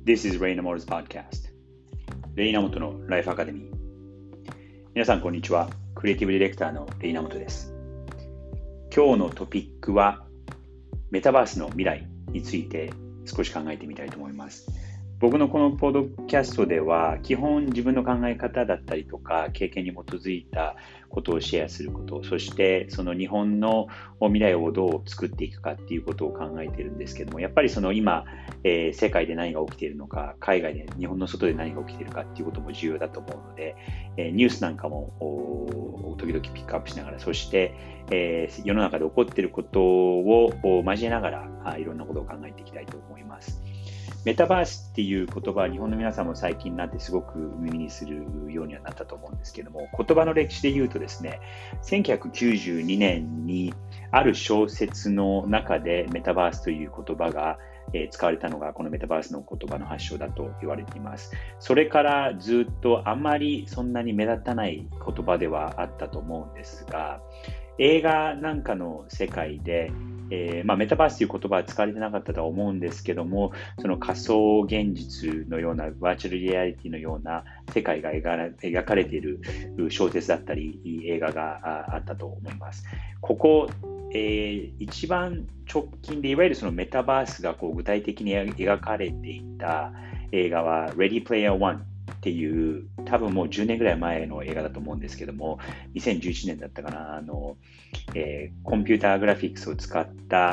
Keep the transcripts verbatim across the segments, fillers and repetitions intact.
This is Ray Namoto's podcast. レイナモトのライフアカデミー。皆さんこんにちは。クリエイティブディレクターのレイナモトです。今日のトピックはメタバースの未来について少し考えてみたいと思います。僕のこのポッドキャストでは基本自分の考え方だったりとか経験に基づいたことをシェアすること、そしてその日本の未来をどう作っていくかっていうことを考えているんですけども、やっぱりその今、えー、世界で何が起きているのか、海外で日本の外で何が起きているかっていうことも重要だと思うので、えー、ニュースなんかも時々ピックアップしながら、そして、えー、世の中で起こっていることを交えながらあいろんなことを考えていきたいと思います。メタバースっていう言葉は日本の皆さんも最近になってすごく耳にするようにはなったと思うんですけども、言葉の歴史で言うとですね、せんきゅうひゃくきゅうじゅうにねんにある小説の中でメタバースという言葉が使われたのがこのメタバースの言葉の発祥だと言われています。それからずっとあまりそんなに目立たない言葉ではあったと思うんですが、映画なんかの世界でえーまあ、メタバースという言葉は使われてなかったとは思うんですけども、その仮想現実のようなバーチャルリアリティのような世界が描かれている小説だったり映画があったと思います。ここ、えー、一番直近でいわゆるそのメタバースがこう具体的に描かれていた映画は Ready Player Oneっていう多分もうじゅうねんぐらい前の映画だと思うんですけども、にせんじゅういちねんだったかな、あの、えー、コンピューターグラフィックスを使った、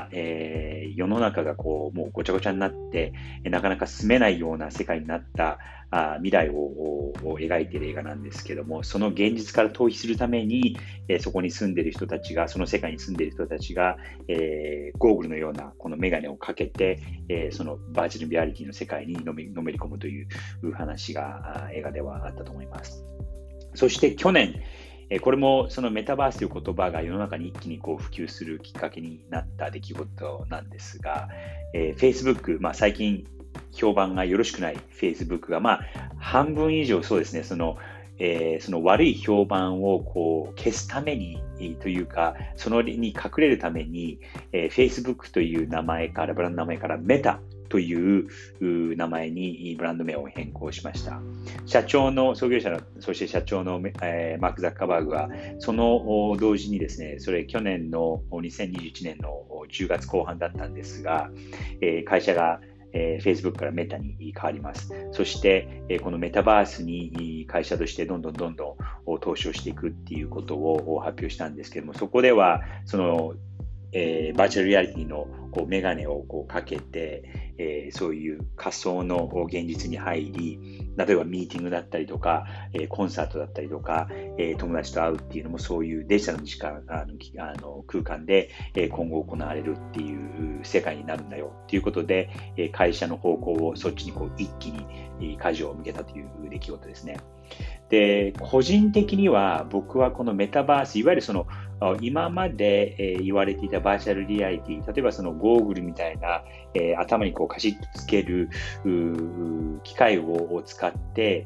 えー、世の中がこうもうごちゃごちゃになってなかなか住めないような世界になったあ未来をを描いている映画なんですけども、その現実から逃避するために、えー、そこに住んでいる人たちが、その世界に住んでいる人たちが、えー、ゴーグルのようなこのメガネをかけて、えー、そのバーチャルリアリティの世界にのめ、のめり込むという話が映画ではあったと思います。そして去年、これもそのメタバースという言葉が世の中に一気にこう普及するきっかけになった出来事なんですが、えー、Facebook、まあ、最近評判がよろしくない Facebook が、まあ、半分以上そうですね、その、えー、その悪い評判をこう消すためにというか、そのに隠れるために、えー、Facebook という名前から、ブランドの名前からメタという名前にブランド名を変更しました。社長の、創業者の、そして社長の、えー、マーク・ザッカーバーグは、その同時にですね、それ去年のにせんにじゅういちねんのじゅうがつこう半だったんですが、えー、会社がえー、Facebook からメタに変わります。そして、えー、このメタバースに会社としてどんどんどんどん投資をしていくっていうことを発表したんですけども、そこではその、えー、バーチャルリアリティのこうメガネをこうかけて、えー、そういう仮想の現実に入り、例えばミーティングだったりとか、えー、コンサートだったりとか、えー、友達と会うっていうのもそういうデジタルの時間あのあの空間で、えー、今後行われるっていう世界になるんだよっていうことで、えー、会社の方向をそっちにこう一気に舵を向けたという出来事ですね。で、個人的には僕はこのメタバース、いわゆるその今まで言われていたバーチャルリアリティ、例えばそのゴーグルみたいな、えー、頭にこうカシッとつける機械を使って、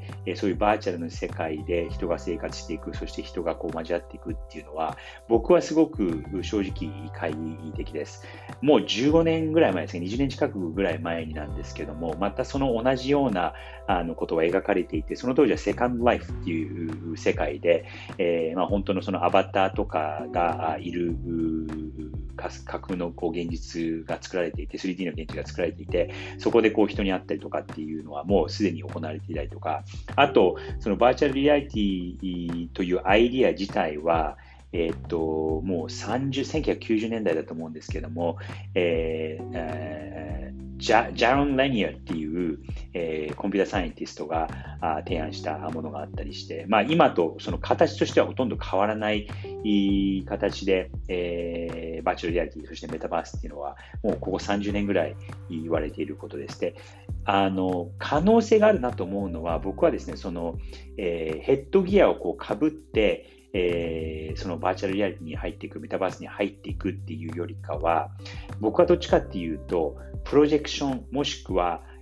そういうバーチャルの世界で人が生活していく、そして人がこう交わっていくっていうのは、僕はすごく正直懐疑的です。もうじゅうごねんぐらい前ですね、にじゅうねん近くぐらい前になんですけども、またその同じようなあのことが描かれていて、その当時はセカンドライフっていう世界で、えーまあ、本当のそのアバターとかがいる架空のこう現実が作られていて、スリーディー の現実が作られていて、そこでこう人に会ったりとかっていうのはもうすでに行われていたりとか、あとそのバーチャルリアリティというアイディア自体はえー、っともうさんじゅう、せんきゅうひゃくきゅうじゅうねんだいだと思うんですけども、えーえー、ジャ、ジャロン・レニアっていう、えー、コンピューターサイエンティストがあ提案したものがあったりして、まあ、今とその形としてはほとんど変わらない形で、えー、バーチャルリアリティ、そしてメタバースっていうのはもうここさんじゅうねんぐらい言われていることでして、あの可能性があるなと思うのは、僕はですね、その、えー、ヘッドギアをこう被ってえー、そのバーチャルリアリティに入っていく、メタバースに入っていくっていうよりかは、僕はどっちかっていうと、プロジェクションもしくは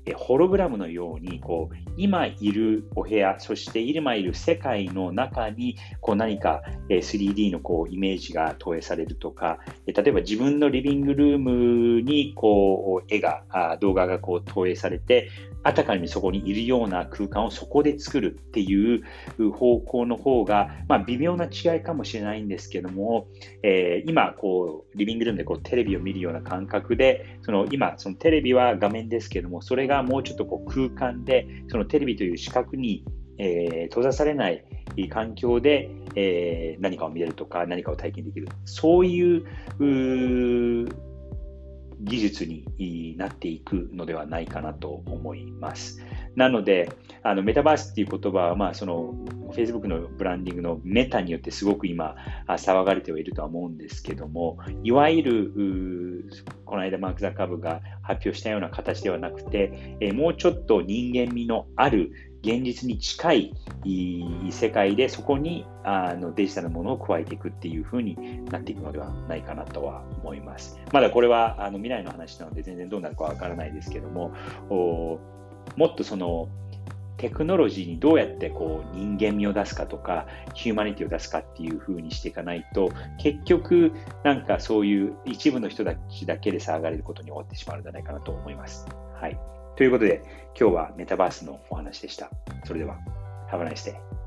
えホログラムのようにこう今いるお部屋、そして今いる世界の中にこう何か スリーディー のこうイメージが投影されるとか、例えば自分のリビングルームにこう絵が、動画がこう投影されて、あたかにそこにいるような空間をそこで作るっていう方向の方が、まあ、微妙な違いかもしれないんですけども、えー、今こうリビングルームでこうテレビを見るような感覚で、その今そのテレビは画面ですけども、それがもうちょっとこう空間で、そのテレビという視覚に、えー、閉ざされない環境で、えー、何かを見れるとか何かを体験できる、そういう、う技術になっていくのではないかなと思います。なので、あのメタバースっていう言葉は、まあ、その Facebook のブランディングのメタによってすごく今騒がれてはいるとは思うんですけども、いわゆるこの間マーク・ザッカーバーグが発表したような形ではなくて、えもうちょっと人間味のある現実に近い世界で、そこにあのデジタルなものを加えていくっていう風になっていくのではないかなとは思います。まだこれはあの未来の話なので全然どうなるかわからないですけども、もっとそのテクノロジーにどうやってこう人間味を出すかとかヒューマニティを出すかっていう風にしていかないと、結局なんかそういう一部の人たちだけで騒がれることに終わってしまうんじゃないかなと思います。はい。ということで今日はメタバースのお話でした。それでは Have a nice day.